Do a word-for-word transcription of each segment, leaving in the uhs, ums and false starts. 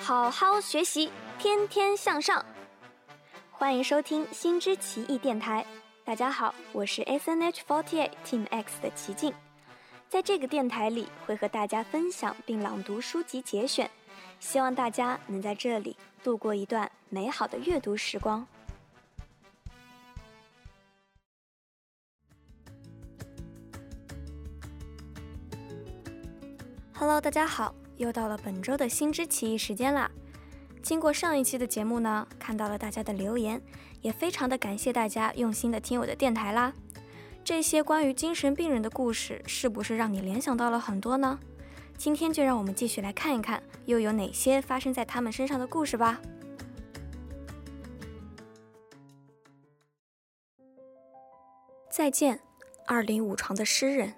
好好学习，天天向上。欢迎收听新知奇艺电台。大家好，我是 S N H 四十八 Team X 的齐静。在这个电台里，会和大家分享并朗读书籍节选，希望大家能在这里度过一段美好的阅读时光。Hello， 大家好，又到了本周的新知奇艺时间啦。经过上一期的节目呢，看到了大家的留言，也非常的感谢大家用心的听我的电台啦。这些关于精神病人的故事，是不是让你联想到了很多呢？今天就让我们继续来看一看，又有哪些发生在他们身上的故事吧。再见，二零五床的诗人。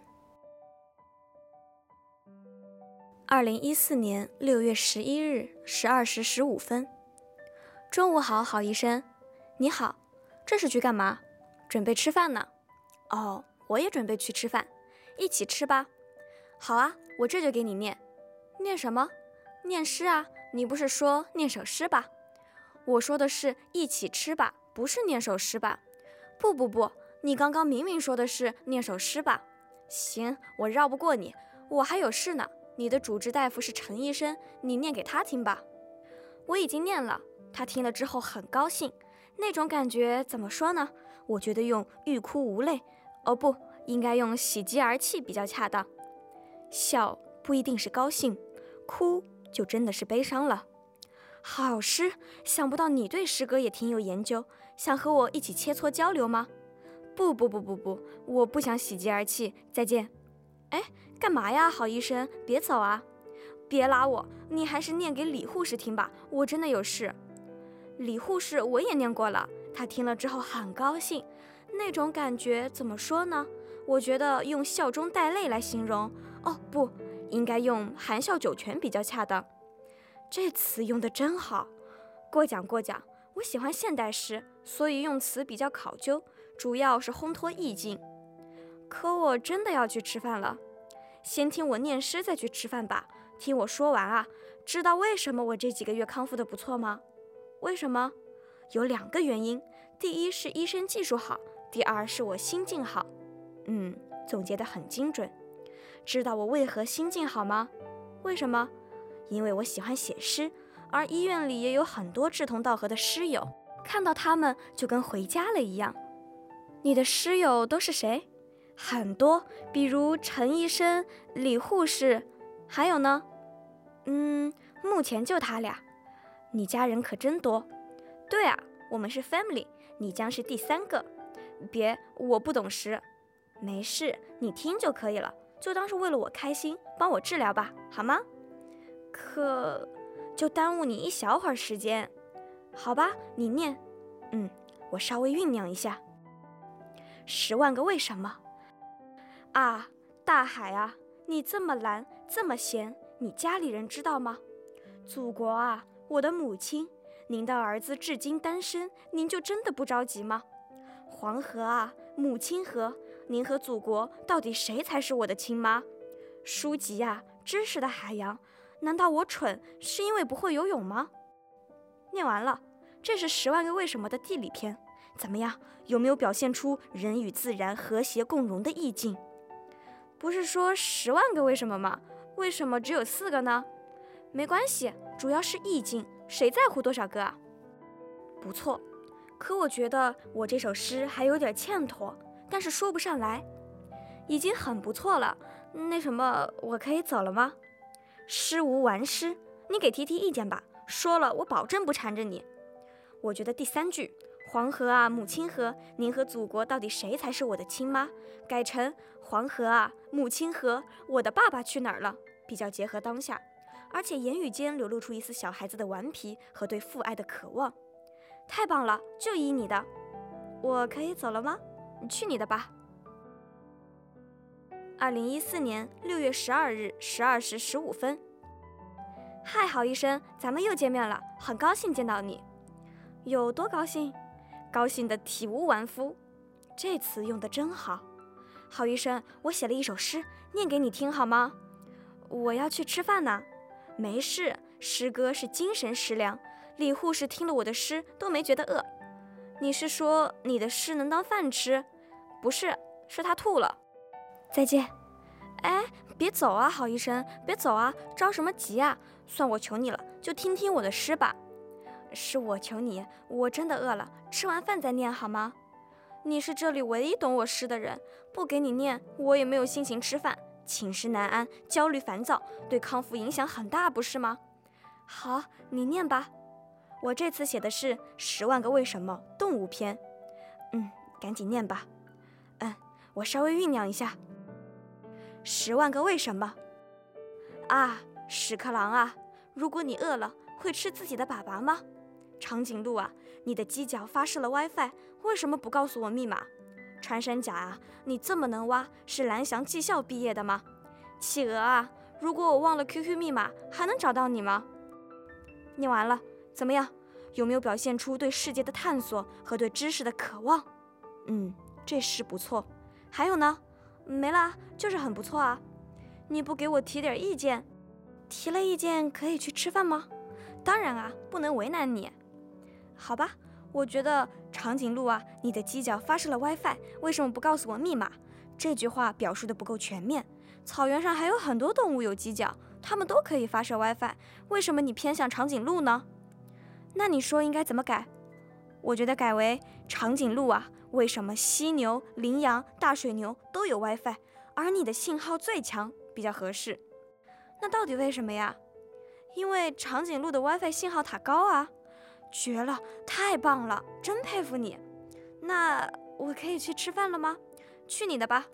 二零一四年六月十一日十二时十五分，中午好，郝医生。你好，这是去干嘛？准备吃饭呢。哦，我也准备去吃饭，一起吃吧。好啊，我这就给你念。念什么？念诗啊，你不是说念首诗吧？我说的是一起吃吧，不是念首诗吧？不不不，你刚刚明明说的是念首诗吧？行，我绕不过你，我还有事呢。你的主治大夫是陈医生，你念给他听吧。我已经念了，他听了之后很高兴，那种感觉怎么说呢？我觉得用欲哭无泪，哦不，应该用喜极而泣比较恰当。笑不一定是高兴，哭就真的是悲伤了。好诗，想不到你对诗歌也挺有研究，想和我一起切磋交流吗？不不不不不，我不想喜极而泣，再见。哎，干嘛呀，郝医生，别走啊！别拉我，你还是念给李护士听吧，我真的有事。李护士我也念过了，她听了之后很高兴，那种感觉怎么说呢？我觉得用笑中带泪来形容，哦不，应该用含笑九泉比较恰当。这词用得真好，过奖过奖，我喜欢现代诗，所以用词比较考究，主要是烘托意境。可我真的要去吃饭了，先听我念诗再去吃饭吧。听我说完啊，知道为什么我这几个月康复的不错吗？为什么？有两个原因，第一是医生技术好，第二是我心境好。嗯，总结得很精准。知道我为何心境好吗？为什么？因为我喜欢写诗，而医院里也有很多志同道合的诗友，看到他们就跟回家了一样。你的诗友都是谁？很多，比如陈医生、李护士，还有呢？嗯，目前就他俩。你家人可真多。对啊，我们是 family， 你将是第三个。别，我不懂诗。没事，你听就可以了，就当是为了我开心，帮我治疗吧，好吗？可，就耽误你一小会儿时间。好吧，你念。嗯，我稍微酝酿一下。十万个为什么。啊，大海啊，你这么蓝，这么咸，你家里人知道吗？祖国啊，我的母亲，您的儿子至今单身，您就真的不着急吗？黄河啊，母亲河，您和祖国到底谁才是我的亲妈？书籍啊，知识的海洋，难道我蠢是因为不会游泳吗？念完了，这是十万个为什么的地理篇，怎么样？有没有表现出人与自然和谐共荣的意境？不是说十万个为什么吗？为什么只有四个呢？没关系，主要是意境，谁在乎多少个啊？不错，可我觉得我这首诗还有点欠妥，但是说不上来，已经很不错了。那什么，我可以走了吗？诗无完诗，你给提提意见吧，说了我保证不缠着你。我觉得第三句黄河啊，母亲河，您和祖国到底谁才是我的亲妈？改成黄河啊，母亲河，我的爸爸去哪儿了？比较结合当下，而且言语间流露出一丝小孩子的顽皮和对父爱的渴望。太棒了，就依你的。我可以走了吗？去你的吧。二零一四年六月十二日十二时十五分。嗨，郝医生，咱们又见面了，很高兴见到你。有多高兴？高兴得体无完肤。这词用得真好。郝医生，我写了一首诗，念给你听好吗？我要去吃饭呢。没事， 诗歌是精神食粮，李护士听了我的诗都没觉得饿。你是说你的诗能当饭吃？不是，是他吐了。再见。哎，别走啊，郝医生，别走啊，着什么急啊？算我求你了，就听听我的诗吧。是我求你，我真的饿了，吃完饭再念好吗？你是这里唯一懂我诗的人，不给你念，我也没有心情吃饭，寝食难安，焦虑烦躁，对康复影响很大，不是吗？好，你念吧。我这次写的是《十万个为什么》动物篇。嗯，赶紧念吧。嗯，我稍微酝酿一下。十万个为什么啊，屎壳郎啊，如果你饿了，会吃自己的粑粑吗？长颈鹿啊，你的犄角发射了 WiFi， 为什么不告诉我密码？穿山甲啊，你这么能挖，是蓝翔技校毕业的吗？企鹅啊，如果我忘了 Q Q 密码，还能找到你吗？念完了，怎么样？有没有表现出对世界的探索和对知识的渴望？嗯，这诗不错。还有呢？没啦，就是很不错啊。你不给我提点意见？提了意见可以去吃饭吗？当然啊，不能为难你。好吧，我觉得长颈鹿啊，你的犄角发射了 WiFi， 为什么不告诉我密码？这句话表述的不够全面。草原上还有很多动物有犄角，它们都可以发射 WiFi， 为什么你偏向长颈鹿呢？那你说应该怎么改？我觉得改为长颈鹿啊，为什么犀牛、羚羊、大水牛都有 WiFi， 而你的信号最强，比较合适。那到底为什么呀？因为长颈鹿的 WiFi 信号塔高啊。绝了，太棒了，真佩服你。那我可以去吃饭了吗？去你的吧。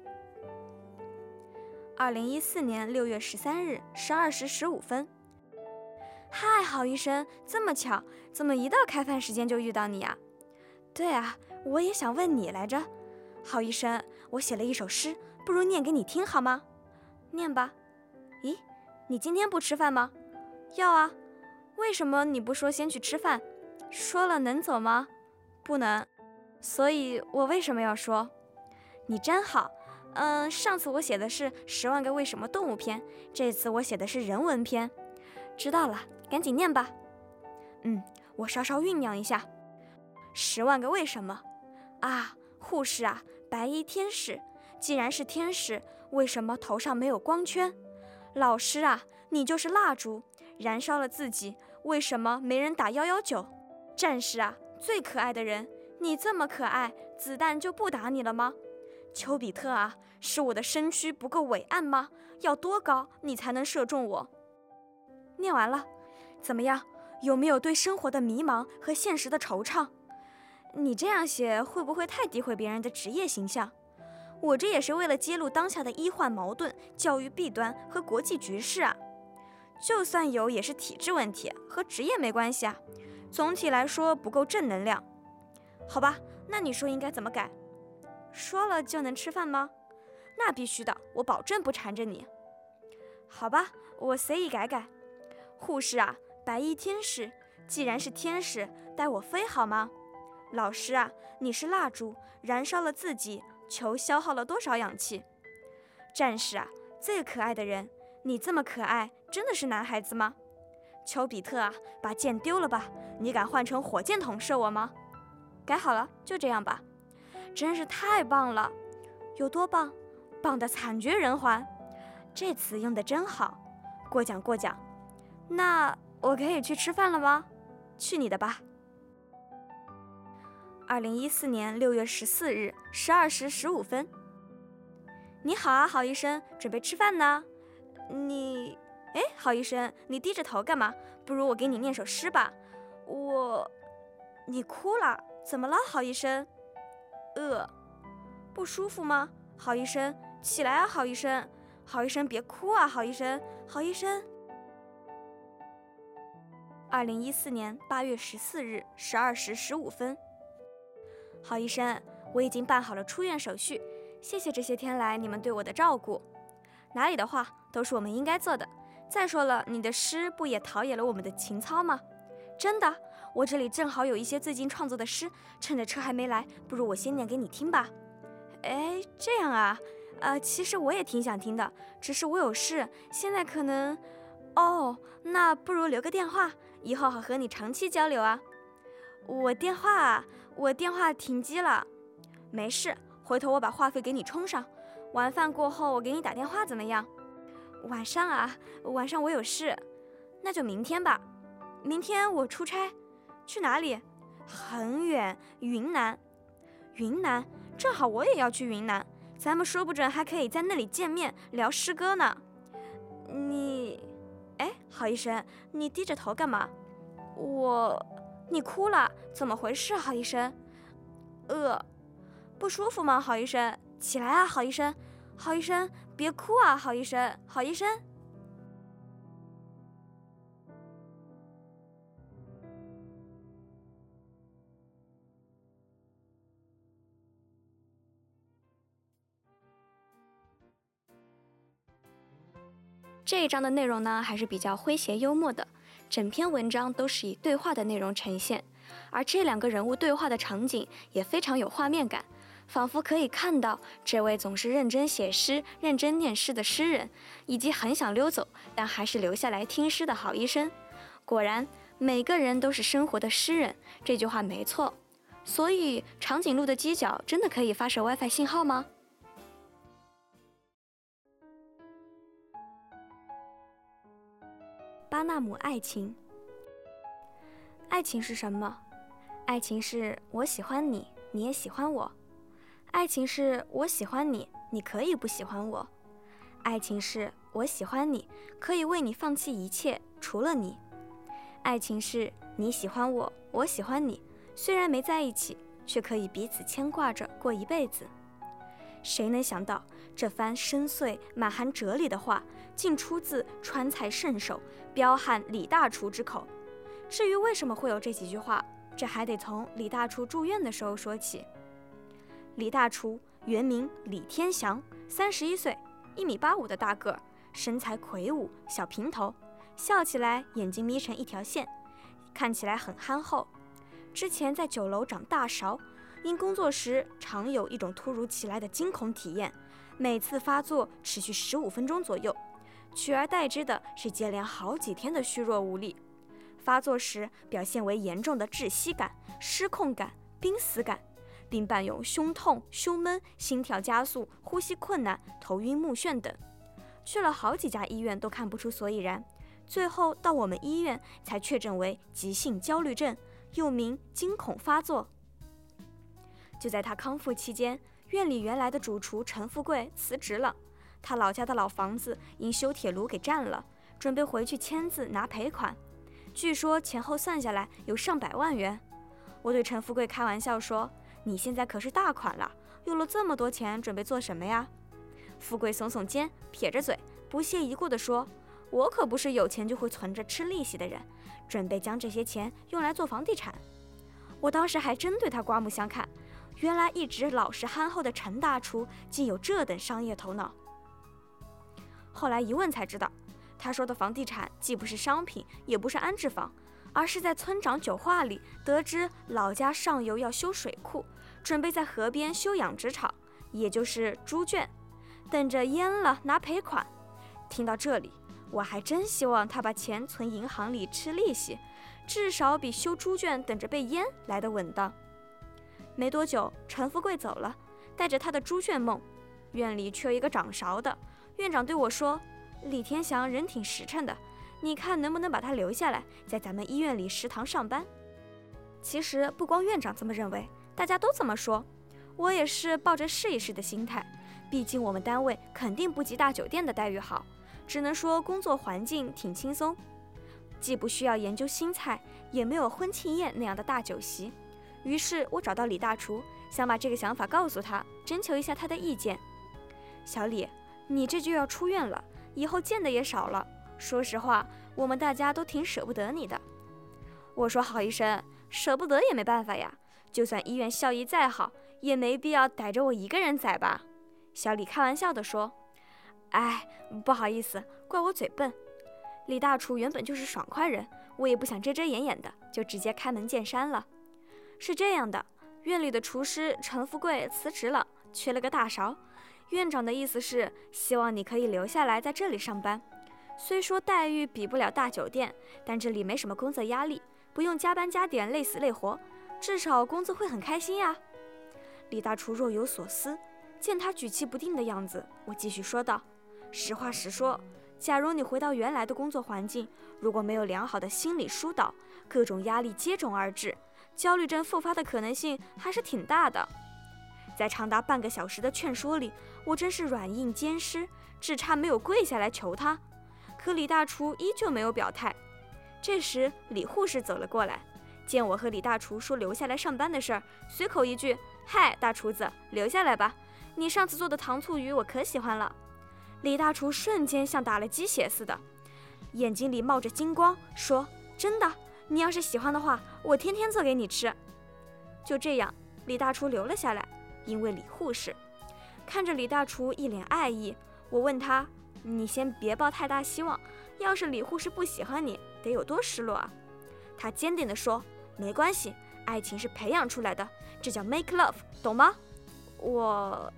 二零一四年六月十三日十二时十五分。嗨，郝医生，这么巧，怎么一到开饭时间就遇到你啊？对啊，我也想问你来着。郝医生，我写了一首诗，不如念给你听好吗？念吧。咦，你今天不吃饭吗？要啊。为什么你不说先去吃饭？说了能走吗？不能。所以我为什么要说？你真好。嗯，上次我写的是十万个为什么动物篇，这次我写的是人文篇。知道了，赶紧念吧。嗯，我稍稍酝酿一下。十万个为什么啊，护士啊，白衣天使，既然是天使，为什么头上没有光圈？老师啊，你就是蜡烛，燃烧了自己，为什么没人打一一九？战士啊，最可爱的人，你这么可爱，子弹就不打你了吗？丘比特啊，是我的身躯不够伟岸吗？要多高你才能射中我？念完了，怎么样？有没有对生活的迷茫和现实的惆怅？你这样写会不会太诋毁别人的职业形象？我这也是为了揭露当下的医患矛盾、教育弊端和国际局势啊。就算有，也是体制问题，和职业没关系啊。总体来说不够正能量。好吧，那你说应该怎么改？说了就能吃饭吗？那必须的，我保证不缠着你。好吧，我随意改改。护士啊，白衣天使，既然是天使，带我飞好吗？老师啊，你是蜡烛，燃烧了自己，求消耗了多少氧气？战士啊，最可爱的人，你这么可爱，真的是男孩子吗？丘比特啊，把剑丢了吧，你敢换成火箭筒射我吗？改好了，就这样吧。真是太棒了。有多棒？棒得惨绝人寰。这词用得真好，过奖过奖。那我可以去吃饭了吗？去你的吧。二零一四年六月十四日十二时十五分。你好啊，郝医生，准备吃饭呢？你，哎，郝医生，你低着头干嘛？不如我给你念首诗吧。我，你哭了？怎么了，郝医生？饿，不舒服吗？郝医生，起来啊，郝医生，郝医生别哭啊，郝医生，郝医生。二零一四年八月十四日十二时十五分。郝医生，我已经办好了出院手续，谢谢这些天来你们对我的照顾。哪里的话，都是我们应该做的。再说了，你的诗不也陶冶了我们的情操吗？真的，我这里正好有一些最近创作的诗，趁着车还没来，不如我先念给你听吧。哎，这样啊，呃，其实我也挺想听的，只是我有事，现在可能哦，那不如留个电话，以后好和你长期交流啊。我电话啊，我电话停机了。没事，回头我把话费给你充上。晚饭过后我给你打电话怎么样？晚上啊，晚上我有事。那就明天吧。明天我出差。去哪里？很远，云南。云南，正好我也要去云南，咱们说不准还可以在那里见面聊诗歌呢。你，哎，郝医生，你低着头干嘛？我，你哭了？怎么回事，郝医生？呃，不舒服吗，郝医生？起来啊，郝医生，郝医生，别哭啊，郝医生，郝医生。这一章的内容呢，还是比较诙谐幽默的，整篇文章都是以对话的内容呈现，而这两个人物对话的场景也非常有画面感，仿佛可以看到这位总是认真写诗、认真念诗的诗人，以及很想溜走但还是留下来听诗的郝医生。果然，每个人都是生活的诗人，这句话没错。所以，长颈鹿的犄角真的可以发射 WiFi 信号吗？巴纳姆爱情。爱情是什么？爱情是我喜欢你，你也喜欢我。爱情是我喜欢你，你可以不喜欢我。爱情是我喜欢你，可以为你放弃一切，除了你。爱情是你喜欢我，我喜欢你，虽然没在一起，却可以彼此牵挂着过一辈子。谁能想到这番深邃满含哲理的话，竟出自川菜圣手彪悍李大厨之口？至于为什么会有这几句话，这还得从李大厨住院的时候说起。李大厨原名李天祥，三十一岁，一米八五的大个儿，身材魁梧，小平头，笑起来眼睛眯成一条线，看起来很憨厚。之前在酒楼长大勺，因工作时常有一种突如其来的惊恐体验，每次发作持续十五分钟左右，取而代之的是接连好几天的虚弱无力。发作时表现为严重的窒息感、失控感、濒死感，并伴有胸痛、胸闷、心跳加速、呼吸困难、头晕目眩等。去了好几家医院都看不出所以然，最后到我们医院才确诊为急性焦虑症，又名惊恐发作。就在他康复期间，院里原来的主厨陈富贵辞职了，他老家的老房子因修铁炉给占了，准备回去签字拿赔款，据说前后算下来有上百万元。我对陈富贵开玩笑说，你现在可是大款了，有了这么多钱准备做什么呀？富贵耸耸肩，撇着嘴，不屑一顾地说，我可不是有钱就会存着吃利息的人，准备将这些钱用来做房地产。我当时还真对他刮目相看，原来一直老实憨厚的陈大厨竟有这等商业头脑。后来一问才知道，他说的房地产既不是商品，也不是安置房，而是在村长酒话里得知老家上游要修水库，准备在河边修养殖场，也就是猪圈，等着淹了拿赔款。听到这里，我还真希望他把钱存银行里吃利息，至少比修猪圈等着被淹来得稳当。没多久，陈富贵走了，带着他的猪圈梦。院里缺一个掌勺的，院长对我说，李天祥人挺实诚的，你看能不能把他留下来，在咱们医院里食堂上班。其实不光院长这么认为，大家都这么说，我也是抱着试一试的心态，毕竟我们单位肯定不及大酒店的待遇好，只能说工作环境挺轻松，既不需要研究新菜，也没有婚庆宴那样的大酒席。于是我找到李大厨，想把这个想法告诉他，征求一下他的意见。小李，你这就要出院了，以后见的也少了，说实话，我们大家都挺舍不得你的。我说，郝医生，舍不得也没办法呀，就算医院效益再好，也没必要逮着我一个人宰吧。小李开玩笑地说。哎，不好意思，怪我嘴笨。李大厨原本就是爽快人，我也不想遮遮掩掩的，就直接开门见山了。是这样的，院里的厨师陈富贵辞职了，缺了个大勺。院长的意思是希望你可以留下来在这里上班， 虽说待遇比不了大酒店，但这里没什么工作压力，不用加班加点累死累活，至少工作会很开心呀。李大厨若有所思，见他举棋不定的样子，我继续说道：实话实说，假如你回到原来的工作环境，如果没有良好的心理疏导，各种压力接踵而至，焦虑症复发的可能性还是挺大的。在长达半个小时的劝说里，我真是软硬兼施，只差没有跪下来求他。可李大厨依旧没有表态。这时李护士走了过来，见我和李大厨说留下来上班的事儿，随口一句：嗨，大厨子，留下来吧，你上次做的糖醋鱼我可喜欢了。李大厨瞬间像打了鸡血似的，眼睛里冒着金光，说：真的，你要是喜欢的话，我天天做给你吃。就这样，李大厨留了下来，因为李护士。看着李大厨一脸爱意，我问他：你先别抱太大希望，要是李护士不喜欢你，得有多失落啊？他坚定地说：没关系，爱情是培养出来的，这叫 make love， 懂吗？我……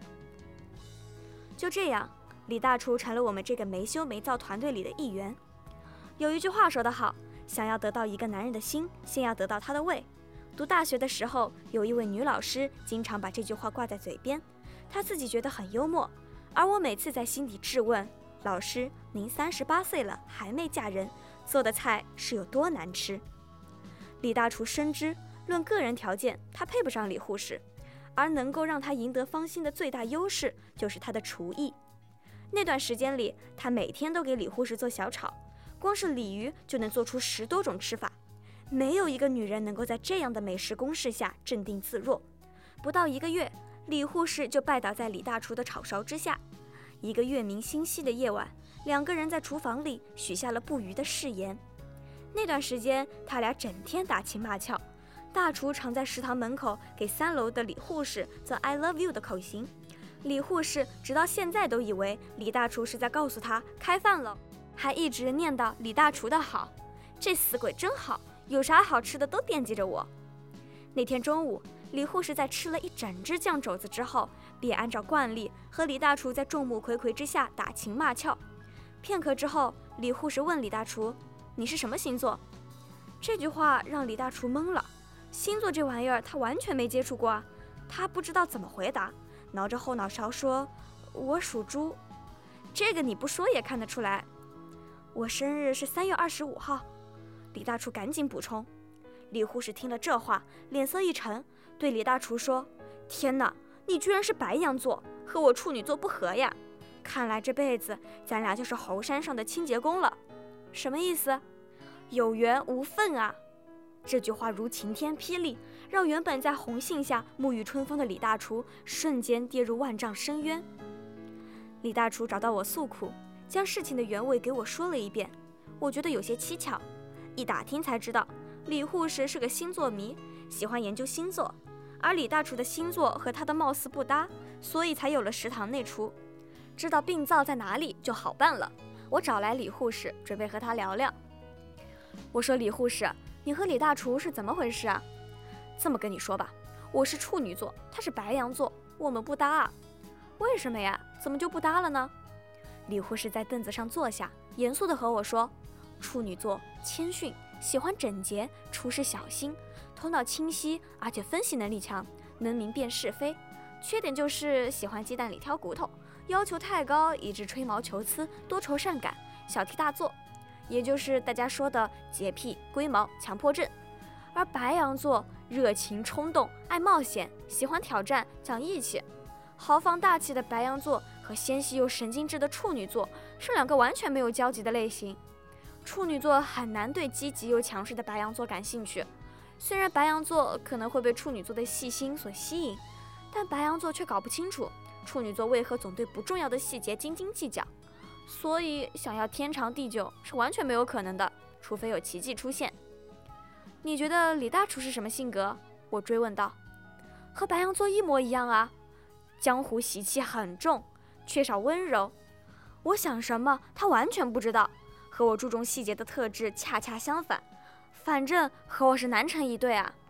就这样，李大厨成了我们这个没羞没臊团队里的一员。有一句话说得好，想要得到一个男人的心，先要得到他的胃。读大学的时候，有一位女老师经常把这句话挂在嘴边，她自己觉得很幽默，而我每次在心底质问：老师，您三十八岁了还没嫁人，做的菜是有多难吃？李大厨深知，论个人条件，他配不上李护士，而能够让他赢得芳心的最大优势就是他的厨艺。那段时间里，他每天都给李护士做小炒，光是鲤鱼就能做出十多种吃法。没有一个女人能够在这样的美食攻势下镇定自若。不到一个月，李护士就拜倒在李大厨的炒勺之下。一个月明星稀的夜晚，两个人在厨房里许下了不渝的誓言。那段时间，他俩整天打情骂俏。大厨常在食堂门口给三楼的李护士做 I love you 的口型。李护士直到现在都以为李大厨是在告诉他开饭了，还一直念叨李大厨的好。这死鬼真好，有啥好吃的都惦记着我。那天中午，李护士在吃了一整只酱肘子之后，便按照惯例和李大厨在众目睽睽之下打情骂俏。片刻之后，李护士问李大厨：你是什么星座？这句话让李大厨懵了，星座这玩意儿他完全没接触过啊，他不知道怎么回答，挠着后脑勺说：我属猪。这个你不说也看得出来。我生日是三月二十五号。李大厨赶紧补充。李护士听了这话，脸色一沉，对李大厨说：天哪，你居然是白羊座，和我处女座不合呀，看来这辈子咱俩就是猴山上的清洁工了。什么意思？有缘无分啊。这句话如晴天霹雳，让原本在红杏下沐浴春风的李大厨瞬间跌入万丈深渊。李大厨找到我诉苦，将事情的原委给我说了一遍，我觉得有些蹊跷。一打听才知道，李护士是个星座迷，喜欢研究星座，而李大厨的星座和他的貌似不搭，所以才有了食堂内厨。知道病灶在哪里就好办了，我找来李护士，准备和他聊聊。我说：李护士，你和李大厨是怎么回事啊？这么跟你说吧，我是处女座，他是白羊座，我们不搭啊。为什么呀？怎么就不搭了呢？李护士在凳子上坐下，严肃地和我说：处女座谦逊，喜欢整洁，处事小心，头脑清晰，而且分析能力强，能明辨是非。缺点就是喜欢鸡蛋里挑骨头，要求太高，以致吹毛求疵，多愁善感，小题大做，也就是大家说的洁癖、龟毛、强迫症。而白羊座热情冲动，爱冒险，喜欢挑战，讲义气。豪放大气的白羊座和纤细又神经质的处女座是两个完全没有交集的类型。处女座很难对积极又强势的白羊座感兴趣，虽然白羊座可能会被处女座的细心所吸引，但白羊座却搞不清楚处女座为何总对不重要的细节斤斤计较，所以想要天长地久是完全没有可能的，除非有奇迹出现。你觉得李大厨是什么性格？我追问道。和白羊座一模一样啊，江湖习气很重，缺少温柔。我想什么他完全不知道，和我注重细节的特质恰恰相反，反正和我是难成一对啊。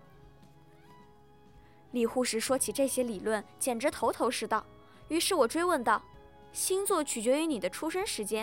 李护士说起这些理论简直头头是道，于是我追问道：星座取决于你的出生时间，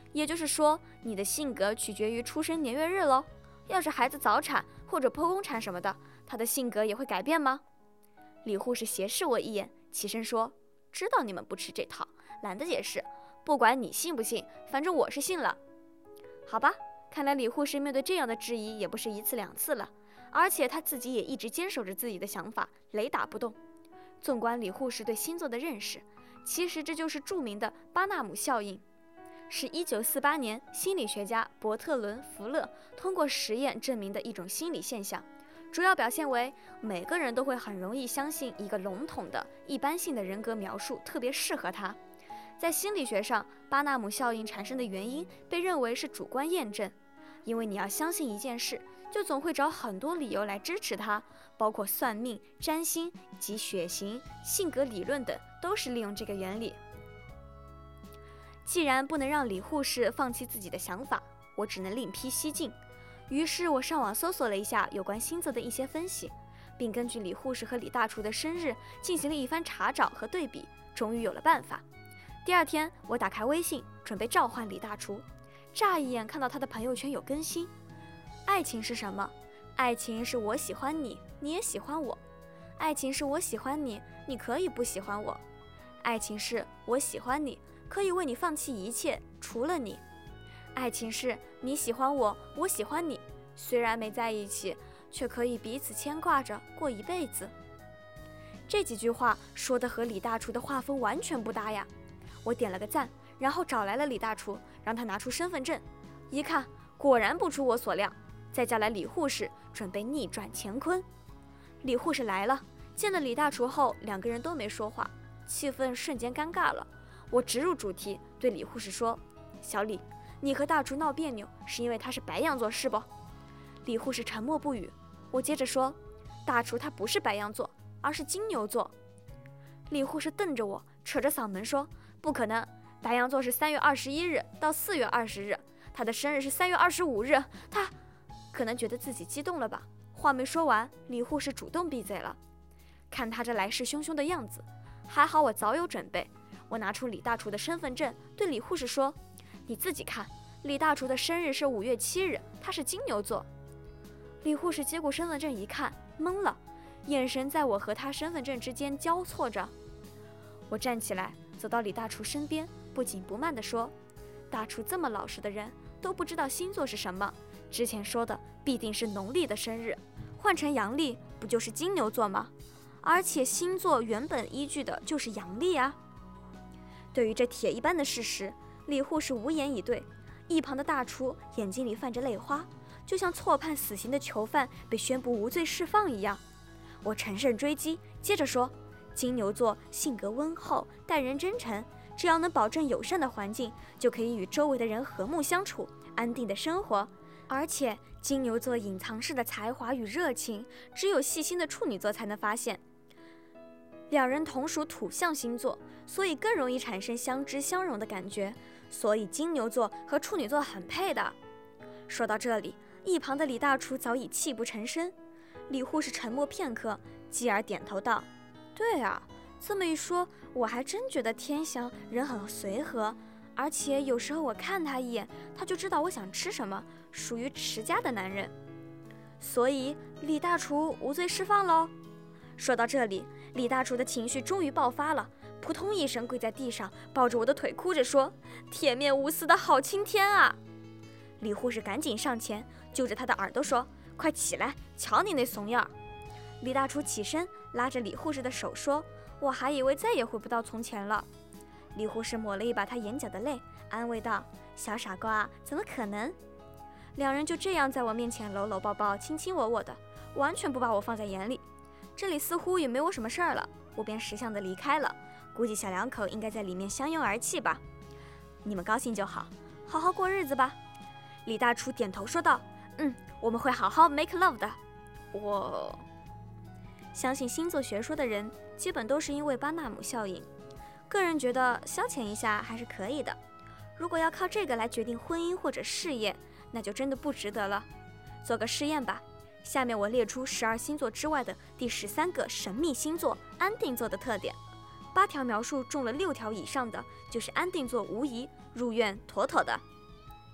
也就是说，你的性格取决于出生年月日喽。要是孩子早产或者剖宫产什么的，他的性格也会改变吗？李护士斜视我一眼，起身说：“知道你们不吃这套，懒得解释。不管你信不信，反正我是信了。”好吧，看来李护士面对这样的质疑也不是一次两次了，而且他自己也一直坚守着自己的想法，雷打不动。纵观李护士对星座的认识，其实这就是著名的巴纳姆效应，是一九四八年心理学家伯特伦·福勒通过实验证明的一种心理现象，主要表现为每个人都会很容易相信一个笼统的一般性的人格描述特别适合他。在心理学上，巴纳姆效应产生的原因被认为是主观验证，因为你要相信一件事，就总会找很多理由来支持它，包括算命、占星及血型、性格理论等，都是利用这个原理。既然不能让李护士放弃自己的想法，我只能另辟蹊径。于是我上网搜索了一下有关星座的一些分析，并根据李护士和李大厨的生日进行了一番查找和对比，终于有了办法。第二天，我打开微信，准备召唤李大厨。乍一眼看到他的朋友圈有更新。爱情是什么？爱情是我喜欢你，你也喜欢我。爱情是我喜欢你，你可以不喜欢我。爱情是我喜欢你，可以为你放弃一切，除了你。爱情是你喜欢我，我喜欢你，虽然没在一起，却可以彼此牵挂着过一辈子。这几句话说的和李大厨的画风完全不搭呀。我点了个赞，然后找来了李大厨，让他拿出身份证。一看，果然不出我所料，再叫来李护士，准备逆转乾坤。李护士来了，见了李大厨后，两个人都没说话，气氛瞬间尴尬了。我直入主题，对李护士说：“小李，你和大厨闹别扭，是因为他是白羊座是不？”李护士沉默不语。我接着说：“大厨他不是白羊座，而是金牛座。”李护士瞪着我，扯着嗓门说：“不可能，白羊座是三月二十一日到四月二十日，他的生日是三月二十五日。他可能觉得自己激动了吧？”话没说完，李护士主动闭嘴了。看他这来势汹汹的样子，还好我早有准备。我拿出李大厨的身份证，对李护士说：“你自己看，李大厨的生日是五月七日，他是金牛座。”李护士接过身份证一看，懵了，眼神在我和他身份证之间交错着。我站起来，走到李大厨身边，不紧不慢地说：“大厨这么老实的人，都不知道星座是什么，之前说的必定是农历的生日，换成阳历不就是金牛座吗？而且星座原本依据的就是阳历啊。”对于这铁一般的事实，李护士无言以对，一旁的大厨眼睛里泛着泪花，就像错判死刑的囚犯被宣布无罪释放一样。我乘胜追击，接着说：“金牛座性格温厚，待人真诚，只要能保证友善的环境，就可以与周围的人和睦相处，安定的生活。而且金牛座隐藏式的才华与热情，只有细心的处女座才能发现。两人同属土象星座，所以更容易产生相知相融的感觉，所以金牛座和处女座很配的。”说到这里，一旁的李大厨早已泣不成声。李护士沉默片刻，继而点头道：“对啊，这么一说，我还真觉得天祥人很随和，而且有时候我看他一眼，他就知道我想吃什么，属于持家的男人。所以李大厨无罪释放喽。”说到这里，李大厨的情绪终于爆发了，扑通一声跪在地上，抱着我的腿哭着说：“铁面无私的好青天啊！”李护士赶紧上前揪着他的耳朵说：“快起来，瞧你那怂样！”李大厨起身拉着李护士的手说：“我还以为再也回不到从前了。”李护士抹了一把他眼角的泪，安慰道：“小傻瓜，怎么可能？”两人就这样在我面前搂搂抱抱，卿卿我我的，完全不把我放在眼里。这里似乎也没我什么事儿了，我便识相的离开了。估计小两口应该在里面相拥而泣吧。你们高兴就好，好好过日子吧。李大厨点头说道：“嗯，我们会好好 make love 的。”我相信星座学说的人，基本都是因为巴纳姆效应。个人觉得消遣一下还是可以的。如果要靠这个来决定婚姻或者事业，那就真的不值得了。做个试验吧。下面我列出十二星座之外的第十三个神秘星座安定座的特点。八条描述中了六条以上的，就是安定座无疑，入院妥妥的。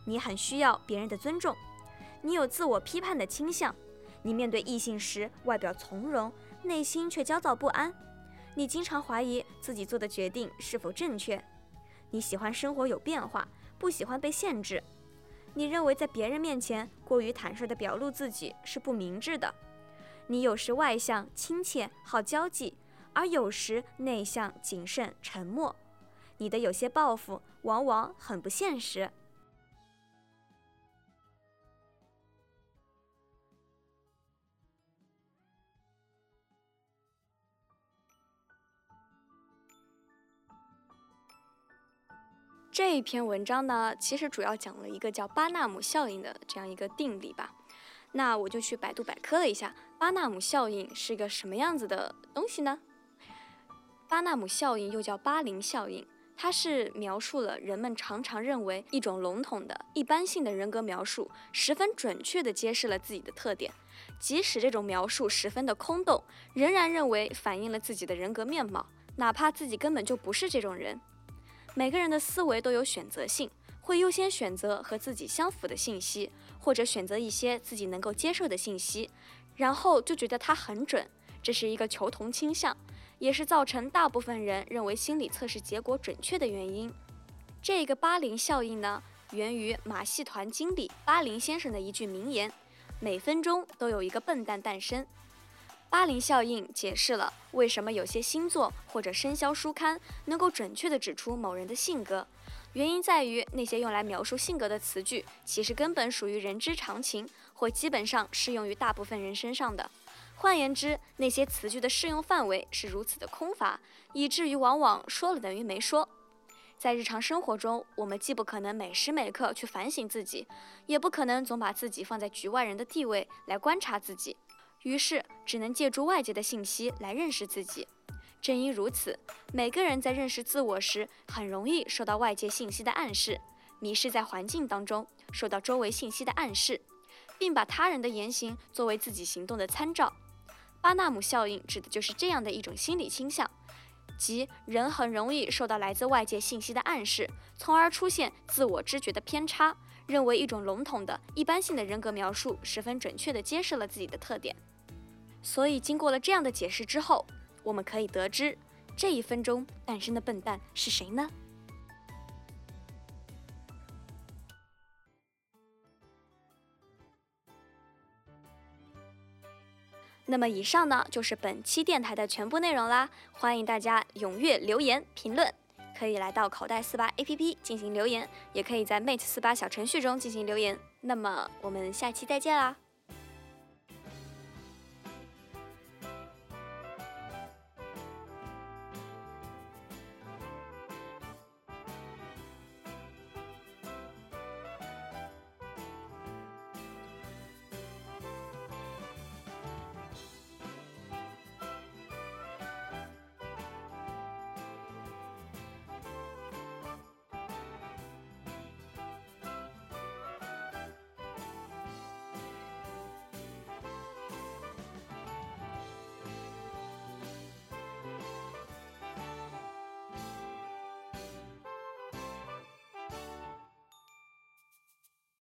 你很需要别人的尊重，你有自我批判的倾向，你面对异性时外表从容，内心却焦躁不安，你经常怀疑自己做的决定是否正确，你喜欢生活有变化，不喜欢被限制，你认为在别人面前过于坦率地表露自己是不明智的，你有时外向亲切好交际，而有时内向谨慎沉默，你的有些抱负往往很不现实。这一篇文章呢，其实主要讲了一个叫巴纳姆效应的这样一个定理吧。那我就去百度百科了一下，巴纳姆效应是一个什么样子的东西呢？巴纳姆效应又叫巴林效应，它是描述了人们常常认为一种笼统的一般性的人格描述十分准确地揭示了自己的特点，即使这种描述十分的空洞，仍然认为反映了自己的人格面貌，哪怕自己根本就不是这种人。每个人的思维都有选择性，会优先选择和自己相符的信息，或者选择一些自己能够接受的信息，然后就觉得它很准，这是一个求同倾向，也是造成大部分人认为心理测试结果准确的原因。这个巴林效应呢，源于马戏团经理巴林先生的一句名言：每分钟都有一个笨蛋诞生。巴林效应解释了为什么有些星座或者生肖书刊能够准确地指出某人的性格，原因在于那些用来描述性格的词句其实根本属于人之常情，或基本上适用于大部分人身上的。换言之，那些词句的适用范围是如此的空乏，以至于往往说了等于没说。在日常生活中，我们既不可能每时每刻去反省自己，也不可能总把自己放在局外人的地位来观察自己，于是只能借助外界的信息来认识自己。正因如此，每个人在认识自我时，很容易受到外界信息的暗示，迷失在环境当中，受到周围信息的暗示，并把他人的言行作为自己行动的参照。巴纳姆效应指的就是这样的一种心理倾向，即人很容易受到来自外界信息的暗示，从而出现自我知觉的偏差，认为一种笼统的一般性的人格描述十分准确地揭示了自己的特点。所以经过了这样的解释之后，我们可以得知，这一分钟诞生的笨蛋是谁呢？那么以上呢，就是本期电台的全部内容啦，欢迎大家踊跃留言评论，可以来到口袋四八 A P P 进行留言，也可以在 Mate 四八小程序中进行留言。那么我们下期再见啦！